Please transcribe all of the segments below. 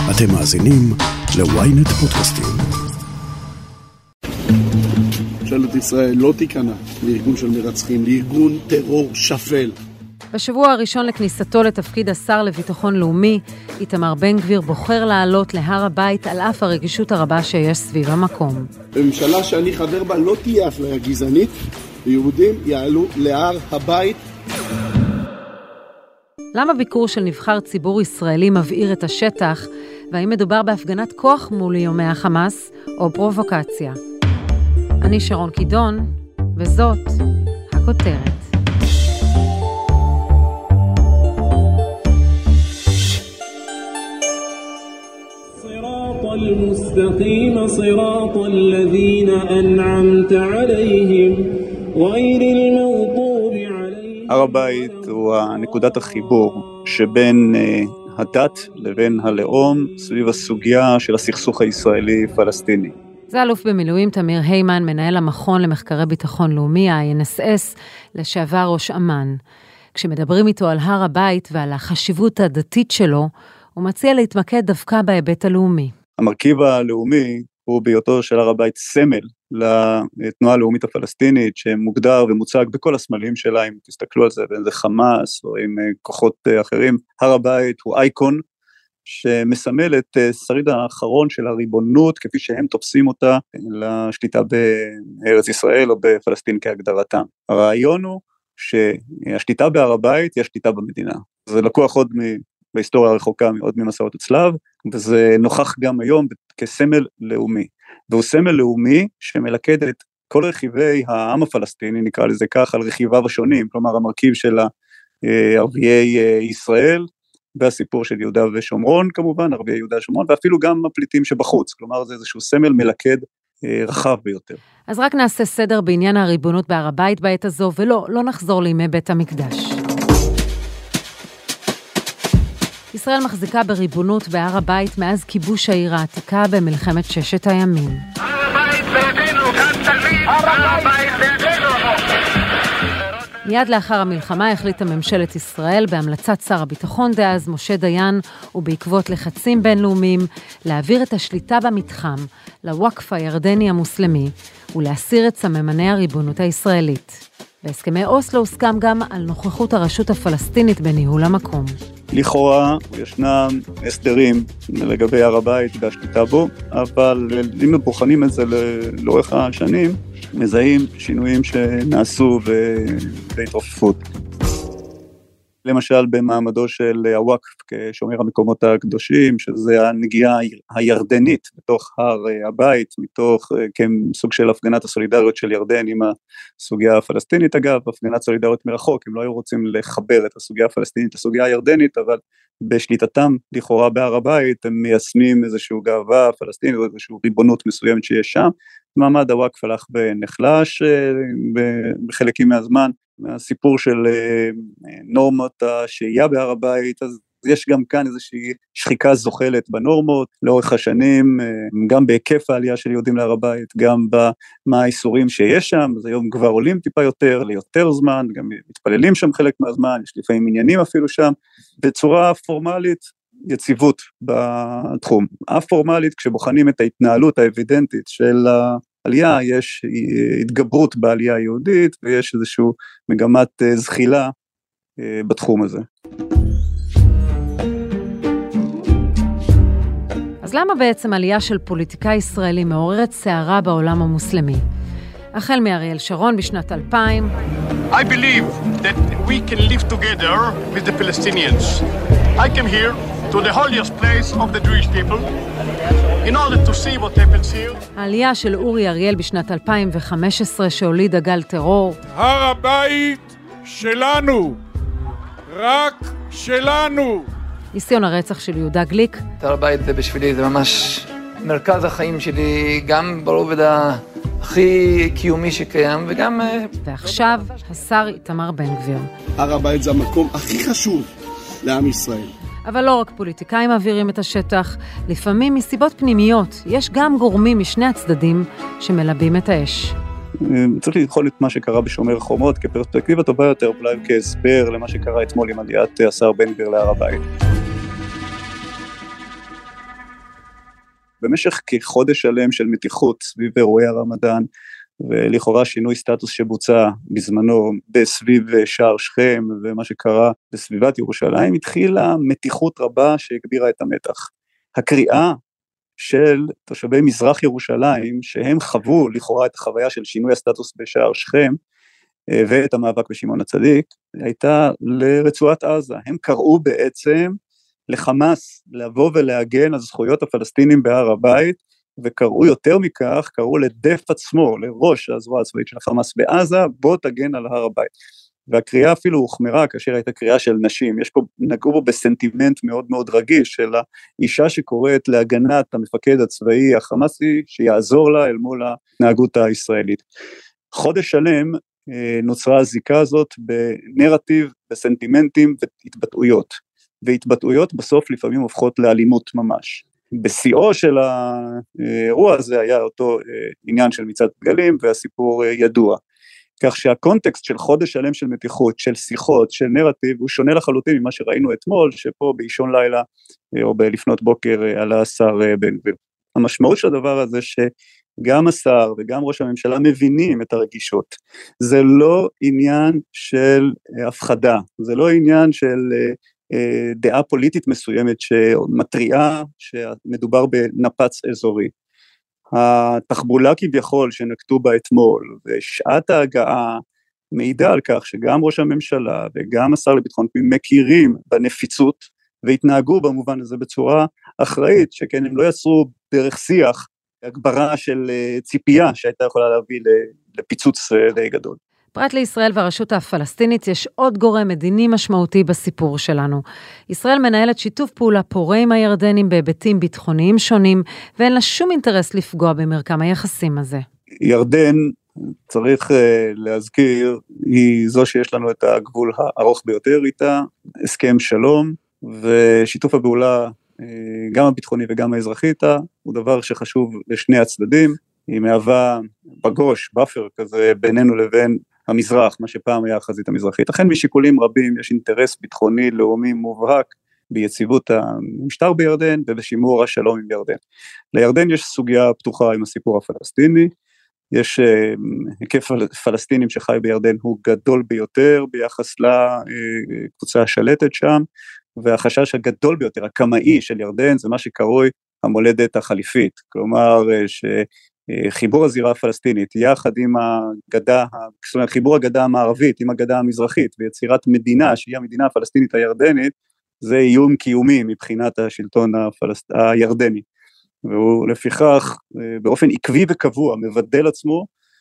אתם מאזינים ל-ynet פודקאסטים. ממשלת ישראל לא תיכנע לארגון של מרצחים, לארגון טרור שפל. בשבוע הראשון לכניסתו לתפקיד השר לביטחון לאומי, איתמר בן גביר בוחר לעלות להר הבית על אף הרגישות הרבה שיש סביב המקום. בממשלה שאני חבר בה לא תהיה אפליה גזענית, ויהודים יעלו להר הבית. למה ביקור של נבחר ציבור ישראלי מבעיר את השטח, והאם מדובר בהפגנת כוח מול איומי החמאס או פרובוקציה? אני שרון קידון, וזאת הכותרת. المستقيم صراط الذين أنعمت عليهم غير المغضوب عليهم. הר הבית הוא נקודת החיבור שבין הדת לבין הלאום סביב הסוגיה של הסכסוך הישראלי-פלסטיני. זה אלוף במילואים תמיר היימן, מנהל המכון למחקרי ביטחון לאומי, ה-INSS, לשעבר ראש אמ"ן. כשמדברים איתו על הר הבית ועל החשיבות הדתית שלו, הוא מציע להתמקד דווקא בהיבט הלאומי. המרכיב הלאומי הוא בהיותו של הר הבית סמל לתנועה הלאומית הפלסטינית, שמוגדר ומוצג בכל הסמלים שלה, אם תסתכלו על זה, בין זה חמאס או עם כוחות אחרים. הר הבית הוא אייקון שמסמל את שריד האחרון של הריבונות, כפי שהם תופסים אותה לשליטה בארץ ישראל או בפלסטין כהגדרתם. הרעיון הוא שהשליטה בהר הבית היא השליטה במדינה. זה לקוח עוד בהיסטוריה הרחוקה מאוד ממסעות הצלב, וזה נוכח גם היום כסמל לאומי. והוא סמל לאומי שמלכד את כל רכיבי העם הפלסטיני, נקרא לזה כך, על רכיביו השונים, כלומר המרכיב של ערביי ישראל, והסיפור של יהודה ושומרון כמובן, ערביי יהודה ושומרון, ואפילו גם הפליטים שבחוץ, כלומר זה איזשהו סמל מלכד רחב ביותר. אז רק נעשה סדר בעניין הריבונות בהר הבית בעת הזו, ולא נחזור לימי בית המקדש. ישראל מחזיקה בריבונות בהר הבית מאז כיבוש העיר העתיקה במלחמת ששת הימים. הר הבית בידינו, כאן תלמיד, הר הבית בידינו. מיד לאחר המלחמה החליטה ממשלת ישראל בהמלצת שר הביטחון דאז משה דיין ובעקבות לחצים בינלאומיים להעביר את השליטה במתחם לווקף הירדני המוסלמי ולהסיר את סממני הריבונות הישראלית. בהסכמי אוסלו הוסכם גם על נוכחות הרשות הפלסטינית בניהול המקום. לכאורה ישנם הסדרים לגבי הר הבית והשליטה בו, אבל אם בוחנים את זה לאורך השנים, מזהים שינויים שנעשו בהתרופפות. למשל במעמדו של הווקף כשומר המקומות הקדושים, שזה הנגיעה הירדנית בתוך הר הבית, מתוך כסוג של הפגנת הסולידריות של ירדן עם הסוגיה הפלסטינית. אגב, הפגנת סולידריות מרחוק, הם לא היו רוצים לחבר את הסוגיה הפלסטינית לסוגיה הירדנית, אבל בשליטתם לכאורה בהר הבית, הם מיישמים איזשהו גאווה פלסטינית, או איזשהו ריבונות מסוימת שיש שם. מעמד הווקף הלך ונחלש בחלקים מהזמן, הסיפור של נורמות השהייה בהר הבית, אז יש גם כאן איזושהי שחיקה זוחלת בנורמות, לאורך השנים, גם בהיקף העלייה של יהודים להר הבית, גם במה האיסורים שיש שם, אז היום כבר עולים טיפה יותר, ליותר זמן, גם מתפללים שם חלק מהזמן, יש לפעמים עניינים אפילו שם, בצורה פורמלית, יציבות בתחום. הפורמלית, כשבוחנים את ההתנהלות האבידנטית של עלייה, יש התגברות בעלייה היהודית, ויש איזושהי מגמת זחילה בתחום הזה. אז למה בעצם עלייה של פוליטיקאי ישראלי מעוררת סערה בעולם המוסלמי? החל מאריאל שרון בשנת 2000. I believe that we can live together with the Palestinians. I came here to the holiest place of the Jewish people. In order to see what happens here. העלייה של אורי אריאל בשנת 2015 שהוליד הגל טרור. הר הבית שלנו, רק שלנו. ניסיון הרצח של יהודה גליק. הר הבית בשבילי זה ממש מרכז החיים שלי, גם ברובד הכי קיומי שקיים, וגם... ועכשיו השר איתמר בן גביר. הר הבית זה המקום הכי חשוב לעם ישראל. אבל לא רק פוליטיקאים מעבירים את השטח, לפעמים מסיבות פנימיות, יש גם גורמים משני הצדדים שמלבים את האש. צריך לבחון את מה שקרה בשומר חומות כפרספקטיבה טובה יותר, אולי כהסבר למה שקרה אתמול עם עליית השר בן גביר להר הבית. במשך כחודש שלם של מתיחות סביב אירועי הרמדאן, ולכאורה שינוי סטטוס שבוצע בזמנו בסביב שער שכם ומה שקרה בסביבת ירושלים, התחילה מתיחות רבה שהגבירה את המתח. הקריאה של תושבי מזרח ירושלים, שהם חוו לכאורה את החוויה של שינוי הסטטוס בשער שכם, ואת המאבק בשמעון הצדיק, הייתה לרצועת עזה. הם קראו בעצם לחמאס לבוא ולהגן על זכויות הפלסטינים בהר הבית, וקראו יותר מכך, קראו לדף עצמו, לראש הזרוע הצבאית של החמאס בעזה, בוא תגן על הר הבית. והקריאה אפילו הוחמרה כאשר הייתה קריאה של נשים, נגעו בו בסנטימנט מאוד מאוד רגיש, של האישה שקוראת להגנת המפקד הצבאי החמאסי, שיעזור לה אל מול ההתנהגות הישראלית. חודש שלם נוצרה הזיקה הזאת בנרטיב, בסנטימנטים והתבטאויות, והתבטאויות בסוף לפעמים הופכות לאלימות ממש. בשיאו של האירוע הזה היה אותו עניין של מצעד דגלים, והסיפור ידוע. כך שהקונטקסט של חודש שלם של מתיחות, של שיחות, של נרטיב, הוא שונה לחלוטין ממה שראינו אתמול, שפה באישון לילה, או בלפנות בוקר, עלה השר בן גביר. המשמעות של הדבר הזה שגם השר וגם ראש הממשלה מבינים את הרגישות. זה לא עניין של הפחדה, זה לא עניין של דעה פוליטית מסוימת שמטריעה שמדובר בנפץ אזורי. התחבולה כביכול שנקטו בה אתמול ושעת ההגעה מעידה על כך שגם ראש הממשלה וגם השר לביטחון פנים מכירים בנפיצות והתנהגו במובן הזה בצורה אחראית, שכן הם לא יצרו דרך שיח הגברה של ציפייה שהייתה יכולה להביא לפיצוץ די גדול. פרט לישראל והרשות הפלסטינית יש עוד גורם מדיני משמעותי בסיפור שלנו. ישראל מנהלת שיתוף פעולה פורה עם הירדנים בהיבטים ביטחוניים שונים, ואין לה שום אינטרס לפגוע במרקם היחסים הזה. ירדן, צריך להזכיר, היא זו שיש לנו את הגבול הארוך ביותר איתה, הסכם שלום, ושיתוף הפעולה גם הביטחוני וגם האזרחי איתה, הוא דבר שחשוב לשני הצדדים, היא מהווה בגוש, באפר כזה בינינו לבין המזרח, מה שפעם היה החזית המזרחית. לכן משיקולים רבים יש אינטרס ביטחוני לאומי מובהק ביציבות המשטר בירדן ובשימור השלום עם ירדן. לירדן יש סוגיה פתוחה עם הסיפור הפלסטיני, יש היקף פלסטינים שחי בירדן הוא גדול ביותר ביחס לקבוצה השלטת שם, והחשש הגדול ביותר, הקמאי של ירדן, זה מה שקרוי המולדת החליפית, כלומר חיבור הזירה הפלסטינית, יחד עם חיבור הגדה המערבית, עם הגדה המזרחית, ויצירת מדינה, שהיא המדינה הפלסטינית הירדנית, זה איום קיומי מבחינת השלטון הירדני, והוא לפיכך באופן עקבי וקבוע, מבדל עצמו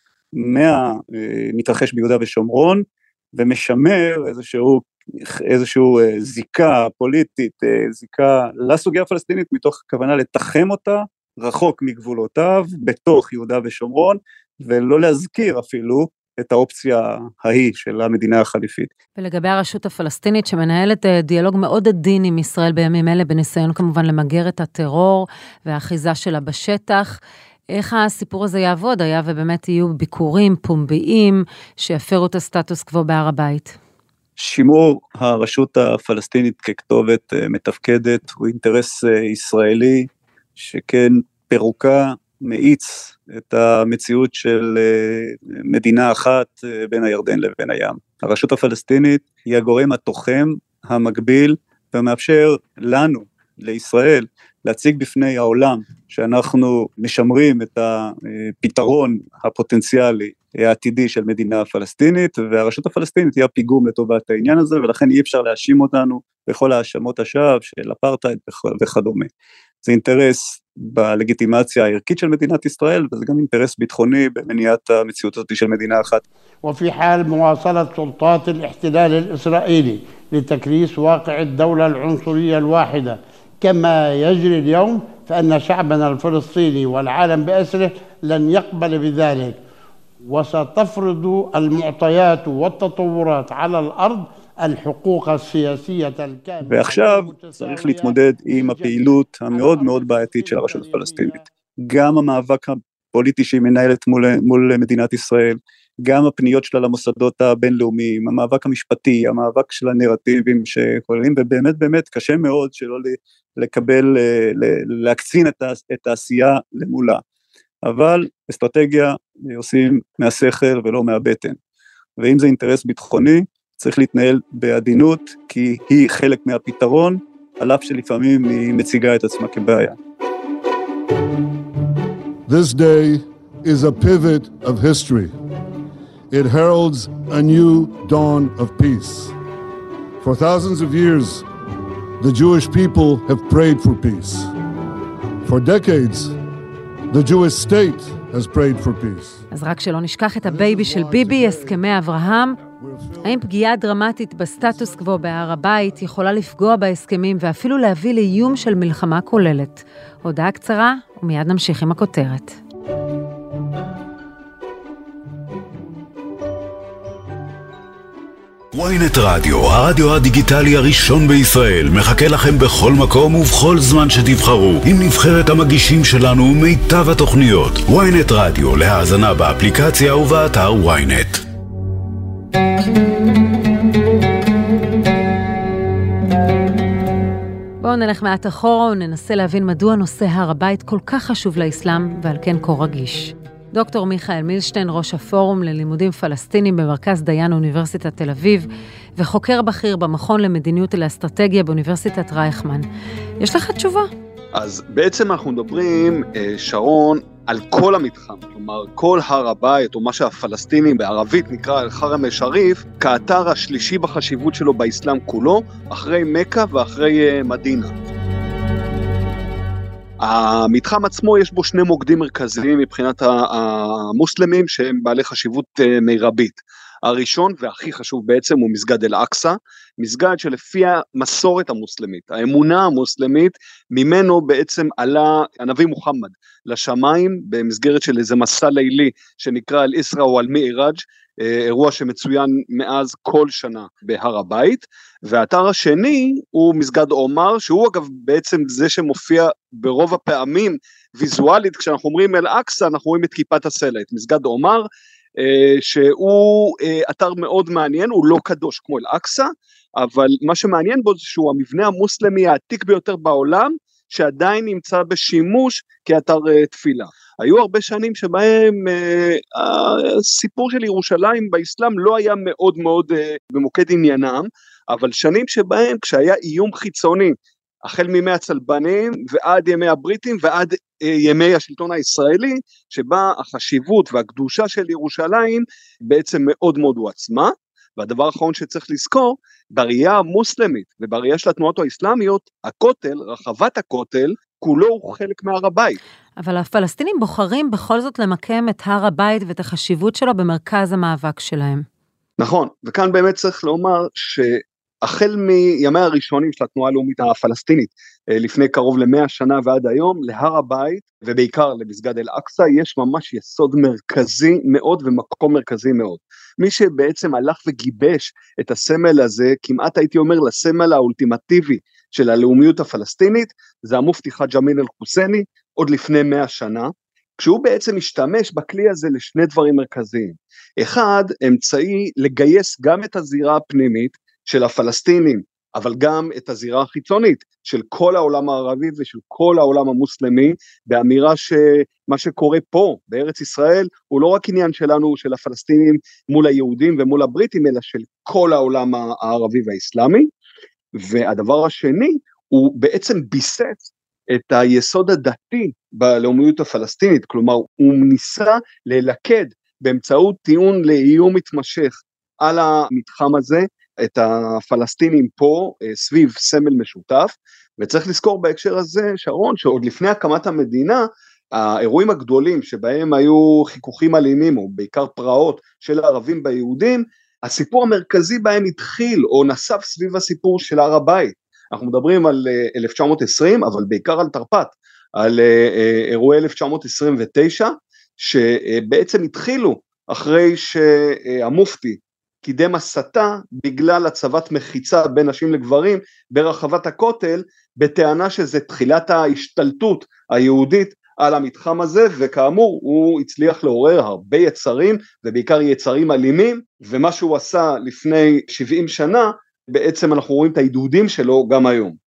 מתרחש ביהודה ושומרון, ומשמר איזשהו זיקה פוליטית, זיקה לסוגיה הפלסטינית, מתוך כוונה לתחם אותה, רחוק מגבולותיו, בתוך יהודה ושומרון, ולא להזכיר אפילו את האופציה ההיא של המדינה החליפית. ולגבי הרשות הפלסטינית שמנהלת דיאלוג מאוד עדין עם ישראל בימים אלה, בניסיון כמובן למגר את הטרור והאחיזה שלה בשטח, איך הסיפור הזה יעבוד? היה ובאמת יהיו ביקורים פומביים שיפרו את הסטטוס קוו בהר הבית? שימור הרשות הפלסטינית ככתובת מתפקדת הוא אינטרס ישראלי, שכן פירוקה מאיץ את המציאות של מדינה אחת בין הירדן לבין הים. הרשות הפלסטינית היא הגורם התוחם, המקביל, ומאפשר לנו, לישראל, להציג בפני העולם שאנחנו משמרים את הפתרון הפוטנציאלי העתידי של מדינה פלסטינית, והרשות הפלסטינית היא הפיגום לטובת העניין הזה, ולכן אי אפשר להאשים אותנו בכל האשמות השווא של אפרטהייד וכדומה. זה אינטרס בלגיטימציה הערכית של מדינת ישראל, וזה גם אינטרס ביטחוני במניעת המציאות הזאת של מדינה אחת. وفي حال مواصلة سلطات الاحتلال الإسرائيلي لتكريس واقع الدولة العنصرية الواحدة كما يجري اليوم، فإن شعبنا الفلسطيني والعالم بأسره لن يقبل بذلك، وستفرض المعطيات والتطورات على الأرض الحقوق السياسية الكاملة. ועכשיו צריך להתמודד עם הפעילות המאוד מאוד בעייתית של הרשות הפלסטינית. גם המאבק הפוליטי שהיא מנהלת מול מדינת ישראל, גם הפניות שלה למוסדות הבינלאומיים, המאבק המשפטי, המאבק של הנרטיבים שכוללים, ובאמת באמת קשה מאוד שלא לקבל, להקצין את העשייה למולה. אבל אסטרטגיה עושים מהשכל ולא מהבטן. ואם זה אינטרס ביטחוני, צריך להתנהל בעדינות, כי היא חלק מהפתרון, על אף שלפעמים היא מציגה את עצמה כבעיה. This day is a pivot of history. It heralds a new dawn of peace. For thousands of years, the Jewish people have prayed for peace. For decades, the Jewish state has prayed for peace. אז רק שלא נשכח את הבייבי של ביבי, הסכמי אברהם. האם פגיעה דרמטית בסטטוס קוו בהר הבית יכולה לפגוע בהסכמים ואפילו להביא לאיום של מלחמה כוללת? הודעה קצרה ומיד נמשיך עם הכותרת. ynet רדיו, הרדיו הדיגיטלי הראשון בישראל, מחכה לכם בכל מקום ובכל זמן שתבחרו, עם נבחרת המגישים שלנו ומיטב התוכניות. ynet רדיו, להאזנה באפליקציה ובאתר ynet. בואו נלך מעט אחורה וננסה להבין מדוע נושא הר הבית כל כך חשוב לאסלאם ועל כן כה רגיש. דוקטור מיכאל מילשטיין, ראש הפורום ללימודים פלסטינים במרכז דיין אוניברסיטת תל אביב, וחוקר בכיר במכון למדיניות ולאסטרטגיה באוניברסיטת רייכמן. יש לך תשובה? אז בעצם אנחנו מדברים, שרון, על כל המתחם, כלומר כל הר הבית, או מה שהפלסטינים בערבית נקרא אל-חרם אל-שריף, כאתר השלישי בחשיבות שלו באסלאם כולו, אחרי מקה ואחרי מדינה. המתחם עצמו יש בו שני מוקדים מרכזיים מבחינת המוסלמים שהם בעלי חשיבות מרבית. הראשון והכי חשוב בעצם הוא מסגד אל-אקצא, מסגד שלפי המסורת המוסלמית, האמונה המוסלמית, ממנו בעצם עלה הנביא מוחמד לשמיים במסגרת של איזה מסע לילי שנקרא אל-איסרא ואל-מיעראג', אירוע שמצוין מאז כל שנה בהר הבית. והאתר השני הוא מסגד עומר, שהוא אגב בעצם זה שמופיע ברוב הפעמים ויזואלית, כשאנחנו אומרים אל-אקצא אנחנו רואים את כיפת הסלע, את מסגד עומר, שהוא אתר מאוד מעניין, הוא לא קדוש כמו אל-אקצא, אבל מה שמעניין בו זה שהוא המבנה המוסלמי העתיק ביותר בעולם, שעדיין נמצא בשימוש כאתר תפילה. היו הרבה שנים שבהם הסיפור של ירושלים באסלאם לא היה מאוד מאוד במוקד עניינם, אבל שנים שבהם כשהיה איום חיצוני, החל מימי הצלבנים ועד ימי הבריטים ועד ימי השלטון הישראלי, שבה החשיבות והקדושה של ירושלים בעצם מאוד מאוד הועצמה. והדבר האחרון שצריך לזכור, בראייה המוסלמית ובראייה של התנועות האסלאמיות, הכותל, רחבת הכותל, כולו הוא חלק מהר הבית. אבל הפלסטינים בוחרים בכל זאת למקם את הר הבית ואת החשיבות שלו במרכז המאבק שלהם. נכון, וכאן באמת צריך לומר החל מימי הראשונים של התנועה הלאומית הפלסטינית, לפני קרוב ל100 שנה ועד היום, להר הבית, ובעיקר למסגד אל-אקצא, יש ממש יסוד מרכזי מאוד ומקום מרכזי מאוד. מי שבעצם הלך וגיבש את הסמל הזה, כמעט הייתי אומר לסמל האולטימטיבי של הלאומיות הפלסטינית, זה המופתי חאג' אמין אל-חוסייני, עוד לפני 100 שנה, כשהוא בעצם משתמש בכלי הזה לשני דברים מרכזיים. אחד, אמצעי לגייס גם את הזירה הפנימית, של הפלסטינים, אבל גם את הזירה החיצונית, של כל העולם הערבי ושל כל העולם המוסלמי, באמירה שמה שקורה פה, בארץ ישראל, הוא לא רק עניין שלנו, של הפלסטינים מול היהודים ומול הבריטים, אלא של כל העולם הערבי והאסלאמי. והדבר השני, הוא בעצם ביסס את היסוד הדתי בלאומיות הפלסטינית, כלומר, הוא ניסה ללכד באמצעות טיעון לאיום מתמשך על המתחם הזה, את הפלסטינים פה סביב סמל משותף, וצריך לזכור בהקשר הזה, שרון, שעוד לפני הקמת המדינה, האירועים הגדולים שבהם היו חיכוכים אלימים, או בעיקר פרעות של הערבים ביהודים, הסיפור המרכזי בהם התחיל, או נסף סביב הסיפור של הר הבית. אנחנו מדברים על 1920, אבל בעיקר על תרפ"ט, על אירועי 1929, שבעצם התחילו אחרי שהמופתי, קידם הסתה בגלל הצבת מחיצה בין נשים לגברים ברחבת הכותל, בטענה שזה תחילת ההשתלטות היהודית על המתחם הזה, וכאמור הוא הצליח לעורר הרבה יצרים, ובעיקר יצרים אלימים, ומה שהוא עשה לפני 70 שנה, בעצם אנחנו רואים את העידודים שלו גם היום.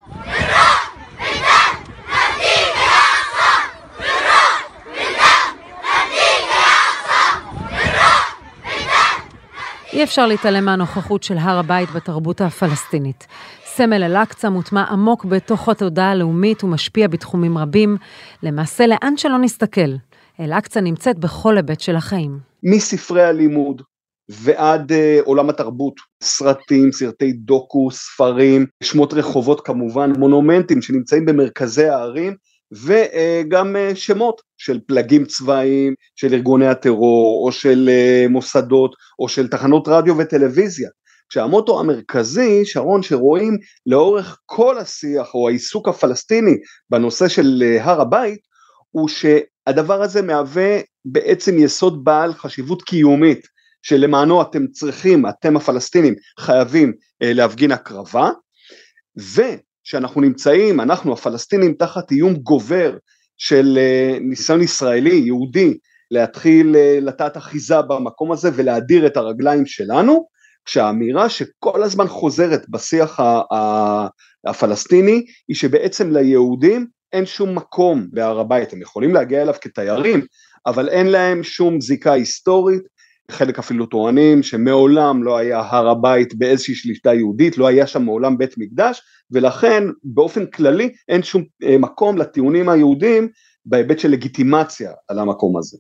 אי אפשר להתעלם מהנוכחות של הר הבית בתרבות הפלסטינית. סמל אל-אקצא מוטמע עמוק בתוך התודעה הלאומית ומשפיע בתחומים רבים. למעשה, לאן שלא נסתכל, אל-אקצא נמצאת בכל היבט של החיים. מספרי הלימוד ועד עולם התרבות, סרטים, סרטי דוקו, ספרים, שמות רחובות כמובן, מונומנטים שנמצאים במרכזי הערים, וגם שמות של פלגים צבאיים, של ארגוני הטרור, או של מוסדות, או של תחנות רדיו וטלוויזיה. כשהמוטו המרכזי, שרון, שרואים לאורך כל השיח, או העיסוק הפלסטיני בנושא של הר הבית, הוא שהדבר הזה מהווה בעצם יסוד בעל חשיבות קיומית, שלמענו אתם צריכים, אתם הפלסטינים, חייבים להפגין הקרבה, שאנחנו נמצאים, אנחנו הפלסטינים תחת איום גובר של ניסיון ישראלי, יהודי, להתחיל לתת אחיזה במקום הזה ולהדיר את הרגליים שלנו, כשהאמירה שכל הזמן חוזרת בשיח הפלסטיני, היא שבעצם ליהודים אין שום מקום בהר הבית, הם יכולים להגיע אליו כתיירים, אבל אין להם שום זיקה היסטורית, חלק אפילו טוענים שמעולם לא היה הר הבית באיזושהי שליטה יהודית, לא היה שם מעולם בית מקדש, ולכן באופן כללי אין שום מקום לטיעונים היהודים בהיבט של לגיטימציה על המקום הזה.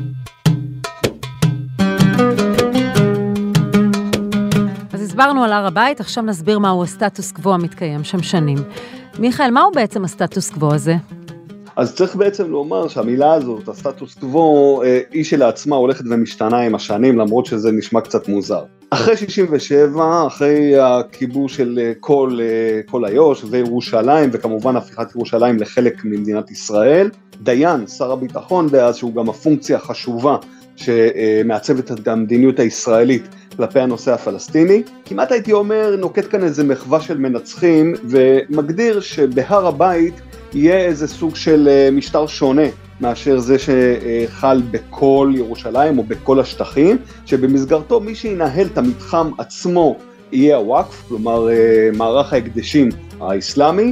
אז הסברנו על הר הבית, עכשיו נסביר מהו הסטטוס קוו המתקיים שם שנים. מיכאל, מהו בעצם הסטטוס קוו הזה? אז צריך בעצם לומר שהמילה הזאת, הסטטוס קוו, היא שלעצמה הולכת ומשתנה עם השנים, למרות שזה נשמע קצת מוזר. אחרי 67, אחרי הכיבוש של כל איו"ש וירושלים, וכמובן הפיכת ירושלים לחלק ממדינת ישראל, דיין, שר הביטחון דאז, שהוא גם הפונקציה החשובה שמעצבת את המדיניות הישראלית כלפי הנושא הפלסטיני, כמעט הייתי אומר, נוקט כאן איזה מחווה של מנצחים, ומגדיר שבהר הבית יהיה איזה סוג של משטר שונה, מאשר זה שחל בכל ירושלים או בכל השטחים, שבמסגרתו מי שינהל את המתחם עצמו יהיה הוואקף, כלומר מערך ההקדשים האסלאמי,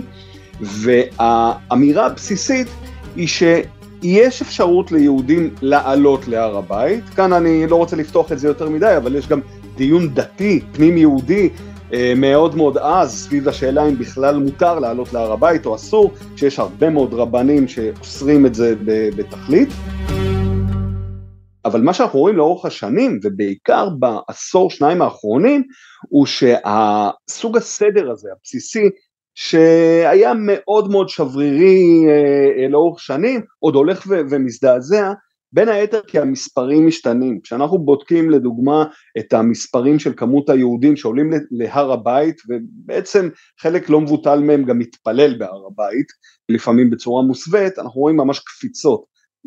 והאמירה הבסיסית היא שיש אפשרות ליהודים לעלות להר הבית, כאן אני לא רוצה לפתוח את זה יותר מדי, אבל יש גם דיון דתי, פנים יהודי, מאוד מאוד אז, סביב השאלה אם בכלל מותר לעלות להר הבית או אסור, שיש הרבה מאוד רבנים שאוסרים את זה בתכלית. אבל מה שאנחנו רואים לאורך השנים, ובעיקר בעשור שניים האחרונים, הוא שהסוג הסדר הזה, הבסיסי, שהיה מאוד מאוד שברירי לאורך שנים, עוד הולך ומזדעזע, בין היתר כי המספרים משתנים. כשאנחנו בודקים לדוגמה את המספרים של כמות היהודים שעולים להר הבית, ובעצם חלק לא מבוטל מהם גם מתפלל בהר הבית, לפעמים בצורה מוסווית, אנחנו רואים ממש קפיצות.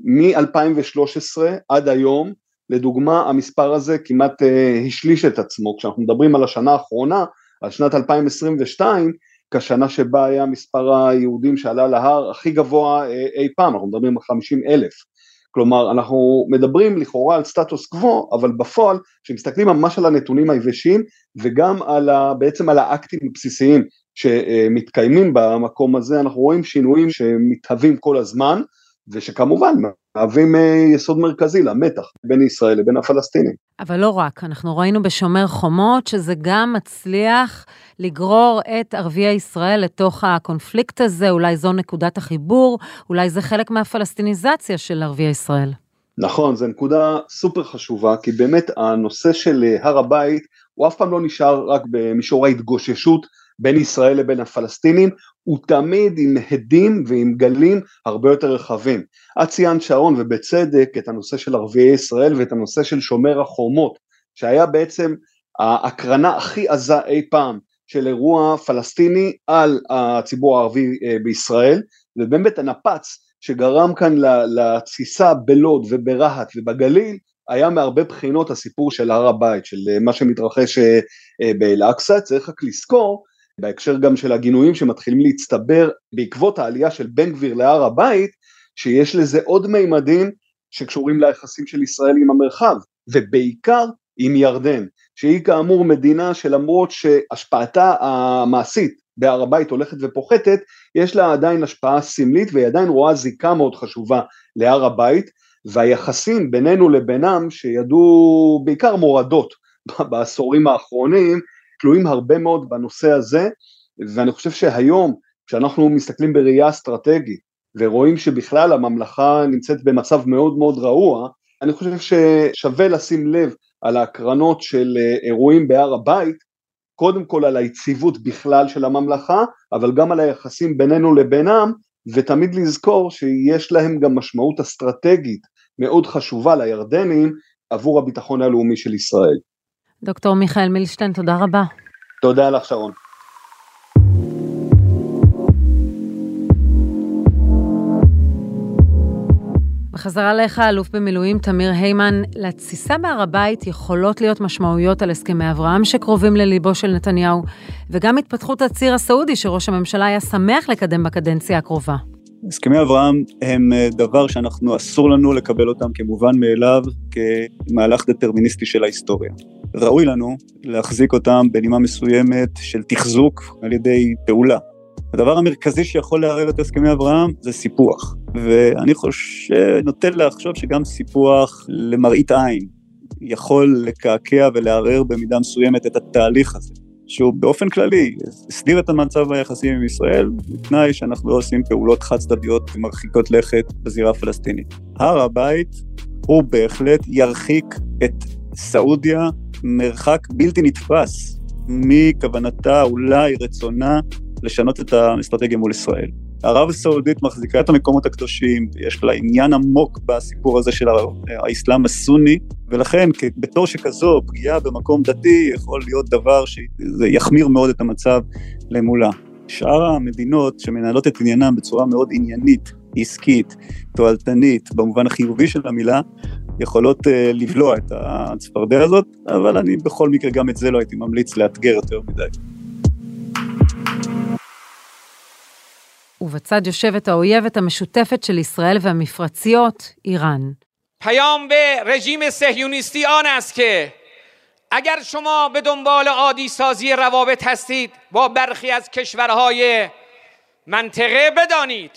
מ-2013 עד היום, לדוגמה, המספר הזה כמעט השליש את עצמו. כשאנחנו מדברים על השנה האחרונה, על שנת 2022, כשנה שבה היה מספר היהודים שעלה להר הכי גבוה אי פעם, אנחנו מדברים על 50,000. כלומר, אנחנו מדברים לכאורה על סטטוס קוו, אבל בפועל, כשמסתכלים ממש על הנתונים היבשים, וגם בעצם על האקטים הבסיסיים שמתקיימים במקום הזה, אנחנו רואים שינויים שמתהווים כל הזמן, ושכמובן מהווים יסוד מרכזי למתח בין ישראל לבין הפלסטינים. אבל לא רק, אנחנו ראינו בשומר חומות שזה גם מצליח לגרור את ערביי ישראל לתוך הקונפליקט הזה, אולי זו נקודת החיבור, אולי זה חלק מהפלסטיניזציה של ערביי ישראל. נכון, זו נקודה סופר חשובה, כי באמת הנושא של הר הבית, הוא אף פעם לא נשאר רק במישור ההתגוששות בין ישראל לבין הפלסטינים, הוא תמיד עם הדים ועם גלים הרבה יותר רחבים. את ציינת שרון ובצדק את הנושא של ערביי ישראל ואת הנושא של שומר החומות, שהיה בעצם ההקרנה הכי עזה אי פעם של אירוע פלסטיני על הציבור הערבי בישראל, ובאמת הנפץ שגרם כאן לתסיסה בלוד וברהט ובגליל, היה מהרבה בחינות הסיפור של הר הבית, של מה שמתרחש באל-אקצא. צריך רק לזכור, בהקשר גם של הגינויים שמתחילים להצטבר בעקבות העלייה של בן גביר להר הבית, שיש לזה עוד מימדים שקשורים ליחסים של ישראל עם המרחב, ובעיקר עם ירדן, שהיא כאמור מדינה שלמרות שהשפעתה המעשית בהר הבית הולכת ופוחתת, יש לה עדיין השפעה סמלית, והיא עדיין רואה זיקה מאוד חשובה להר הבית, והיחסים בינינו לבינם, שידעו בעיקר מורדות בעשורים האחרונים, תלויים הרבה מאוד בנושא הזה, ואני חושב שהיום, כשאנחנו מסתכלים בראייה אסטרטגית, ורואים שבכלל הממלכה נמצאת במצב מאוד מאוד רעוע, אני חושב ששווה לשים לב על ההקרנות של אירועים בהר הבית, קודם כל על היציבות בכלל של הממלכה, אבל גם על היחסים בינינו לבינם, ותמיד לזכור שיש להם גם משמעות אסטרטגית מאוד חשובה לירדנים, עבור הביטחון הלאומי של ישראל. דוקטור מיכאל מילשטיין, תודה רבה. תודה לך שרון. בחזרה לך, אלוף במילואים תמיר היימן, לתסיסה בהר הבית יכולות להיות משמעויות על הסכמי אברהם שקרובים לליבו של נתניהו, וגם התפתחות הציר הסעודי שראש הממשלה היה שמח לקדם בקדנציה הקרובה. הסכמי אברהם הם דבר שאנחנו אסור לנו לקבל אותם כמובן מאליו, כמהלך דטרמיניסטי של ההיסטוריה. ראוי לנו להחזיק אותם בנימה מסוימת של תחזוק על ידי פעולה. הדבר המרכזי שיכול לערער את הסכמי אברהם זה סיפוח, ואני נוטה לחשוב שגם סיפוח למראית עין יכול לקעקע ולערער במידה מסוימת את התהליך הזה, שהוא באופן כללי הסדיר את המצב היחסים עם ישראל, בתנאי שאנחנו לא עושים פעולות חד צדדיות ומרחיקות לכת בזירה הפלסטינית. הר הבית הוא בהחלט ירחיק את סעודיה מרחק בלתי נתפס מכוונתה אולי רצונה לשנות את האסטרטגיה מול ישראל. ערב הסעודית מחזיקה את המקומות הקדושים, יש לה עניין עמוק בסיפור הזה של האסלאם הסוני, ולכן בתור שכזו פגיעה במקום דתי יכול להיות דבר שזה יחמיר מאוד את המצב למולה. שאר המדינות שמנהלות את עניינם בצורה מאוד עניינית, עסקית, תועלתנית, במובן החיובי של המילה, יכולות לבלוע את הצפרדע הזאת, אבל אני בכל מקרה גם את זה לא הייתי ממליץ לאתגר יותר מדי. ובצד יושבת האויבת המשותפת של ישראל והמפרציות, איראן. پیام به رژیم صهیونیستی آن است که اگر شما به دنبال عادی سازی روابط هستید با برخی از کشورهای منطقه بدانید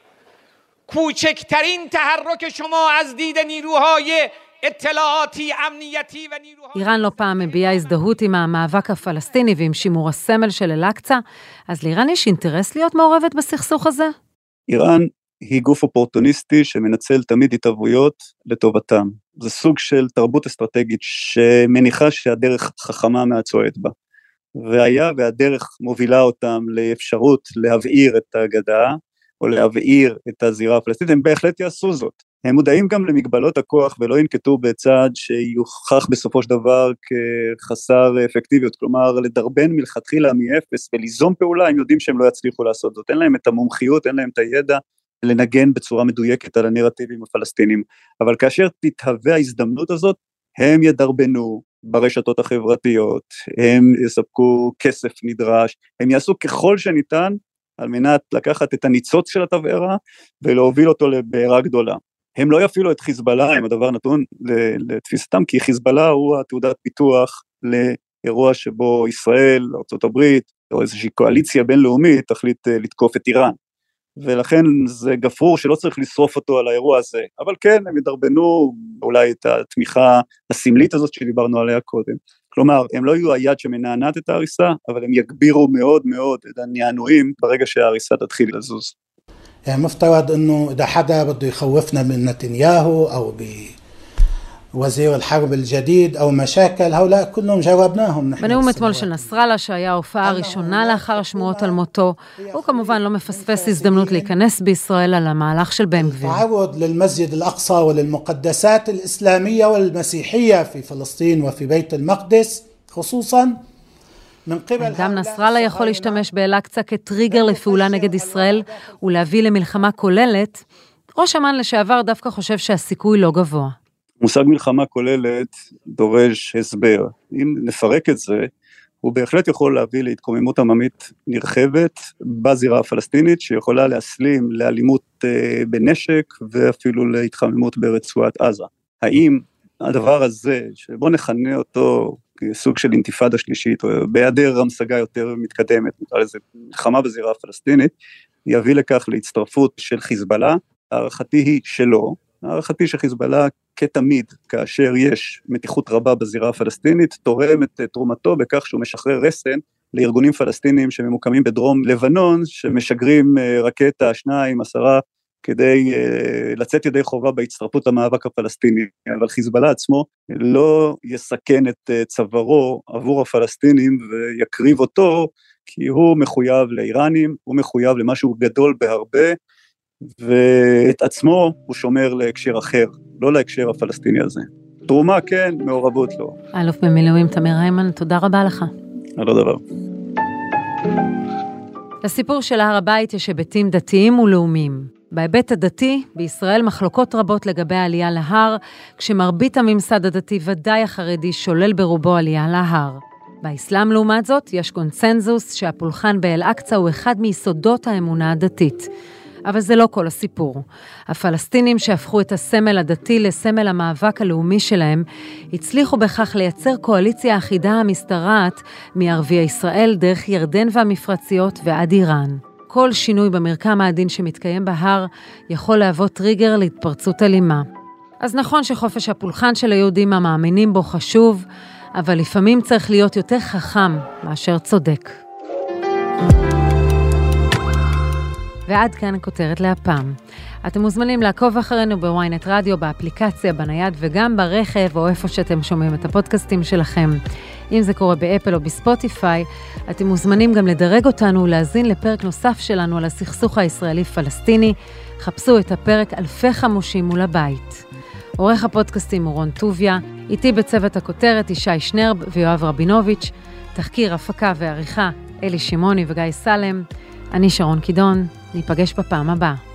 کوچکترین تحرک شما از دید نیروهای اطلاعاتی امنیتی و نیروهای איראן לא פעם מביעה הזדהות עם המאבק הפלסטיני ועם שימור הסמל של אל-אקצה, אז לאיראן יש אינטרס להיות מעורבת בסכסוך הזה? איראן היא גוף אופורטוניסטי שמנצל תמיד התערבויות לטובתם. זה סוג של תרבות אסטרטגית שמניחה שהדרך חכמה מהצועד בה. והיה והדרך מובילה אותם לאפשרות להבעיר את הגדה, או להבעיר את הזירה הפלסטינית, הם בהחלט יעשו זאת. הם מודעים גם למגבלות הכוח ולא ינקטו בצעד שיוכח בסופו של דבר כחסר אפקטיביות, כלומר לדרבן מלכתחילה מאפס וליזום פעולה, הם יודעים שהם לא יצליחו לעשות זאת, אין להם את המומחיות, אין להם את הידע לנגן בצורה מדויקת על הנרטיבים הפלסטינים, אבל כאשר תתהווה ההזדמנות הזאת, הם ידרבנו ברשתות החברתיות, הם יספקו כסף נדרש, הם יעשו ככל שניתן על מנת לקחת את הניצוץ של התבערה ולהוביל אותו לבעירה גדולה. הם לא יפעילו את חיזבאללה, אם הדבר נתון לתפיסתם, כי חיזבאללה הוא התעודת פיתוח לאירוע שבו ישראל, ארצות הברית, או איזושהי קואליציה בינלאומית, תחליט לתקוף את איראן. ולכן זה גפרור שלא צריך לשרוף אותו על האירוע הזה, אבל כן, הם ידרבנו אולי את התמיכה הסמלית הזאת שדיברנו עליה קודם. כלומר, הם לא יהיו היד שמנענעת את ההריסה, אבל הם יגבירו מאוד מאוד את הנענועים ברגע שההריסה תתחיל לזוז. مفترض انه اذا حدا بده يخوفنا من نتنياهو او بوزير الحرب الجديد او مشاكل هؤلاء كلهم جاوبناهم. בנאום אתמול של נסראללה שהיה ההופעה הראשונה לאחר השמועות על מותו, הוא כמובן לא מפספס הזדמנות להיכנס בישראל על המהלך של בן גביר. تعرض للمسجد الأقصى وللمقدسات الإسلامية والمسيحية في فلسطين وفي بيت المقدس خصوصا. גם נסראללה יכול להשתמש באל-אקצה כטריגר לפעולה נגד ישראל ולהביא למלחמה כוללת. ראש אמ"ן לשעבר דווקא חושב שהסיכוי לא גבוה. מושג מלחמה כוללת דורש הסבר. אם נפרק את זה, הוא בהחלט יכול להביא להתקוממות עממית נרחבת בזירה הפלסטינית, שיכולה להסלים לאלימות בנשק ואפילו להתחממות ברצועת עזה. האם הדבר הזה, שבוא נכנה אותו כסוג של אינתיפאדה שלישית, או בהיעדר המשגה יותר מתקדמת, נקרא לזה מלחמה בזירה הפלסטינית, יביא לכך להצטרפות של חיזבאללה? הערכתי היא שלא, הערכתי שחיזבאללה כתמיד, כאשר יש מתיחות רבה בזירה הפלסטינית, תורם את תרומתו בכך שהוא משחרר רסן לארגונים פלסטינים שממוקמים בדרום לבנון, שמשגרים רקטה, 2, 10, כדי לצאת ידי חובה בהצטרפות למאבק הפלסטיני, אבל חיזבאללה עצמו לא יסכן את צווארו עבור הפלסטינים ויקריב אותו, כי הוא מחויב לאיראנים, הוא מחויב למשהו גדול בהרבה, ואת עצמו הוא שומר להקשר אחר, לא להקשר הפלסטיני הזה. תרומה כן, מעורבות לא. אלוף במילואים תמיר היימן, תודה רבה לך. על הדבר. לסיפור של הר הבית יש היבטים דתיים ולאומיים. בהיבט הדתי, בישראל מחלוקות רבות לגבי העלייה להר, כשמרבית הממסד הדתי ודאי החרדי שולל ברובו עלייה להר. באסלאם לעומת זאת, יש קונצנזוס שהפולחן באל-אקצה הוא אחד מיסודות האמונה הדתית. אבל זה לא כל הסיפור. הפלסטינים שהפכו את הסמל הדתי לסמל המאבק הלאומי שלהם, הצליחו בכך לייצר קואליציה אחידה המשתרעת מערביי ישראל דרך ירדן והמפרציות ועד איראן. כל שינוי במרקם העדין שמתקיים בהר יכול להוות טריגר להתפרצות אלימה. אז נכון שחופש הפולחן של היהודים המאמינים בו חשוב, אבל לפעמים צריך להיות יותר חכם מאשר צודק. ועד כאן הכותרת להפעם. אתם מוזמנים לעקוב אחרינו בוויינט רדיו, באפליקציה, בנייד וגם ברכב או איפה שאתם שומעים את הפודקאסטים שלכם. אם זה קורה באפל או בספוטיפיי, אתם מוזמנים גם לדרג אותנו ולהזין לפרק נוסף שלנו על הסכסוך הישראלי-פלסטיני. חפשו את הפרק אלפי חמושים מול הבית. עורך הפודקאסטים הוא רון טוביה, איתי בצוות הכותרת ישי שנרב ויואב רבינוביץ', תחקיר, הפקה ועריכה אלי שמעוני וגיא סלם. אני שרון קידון, ניפגש בפעם הבאה.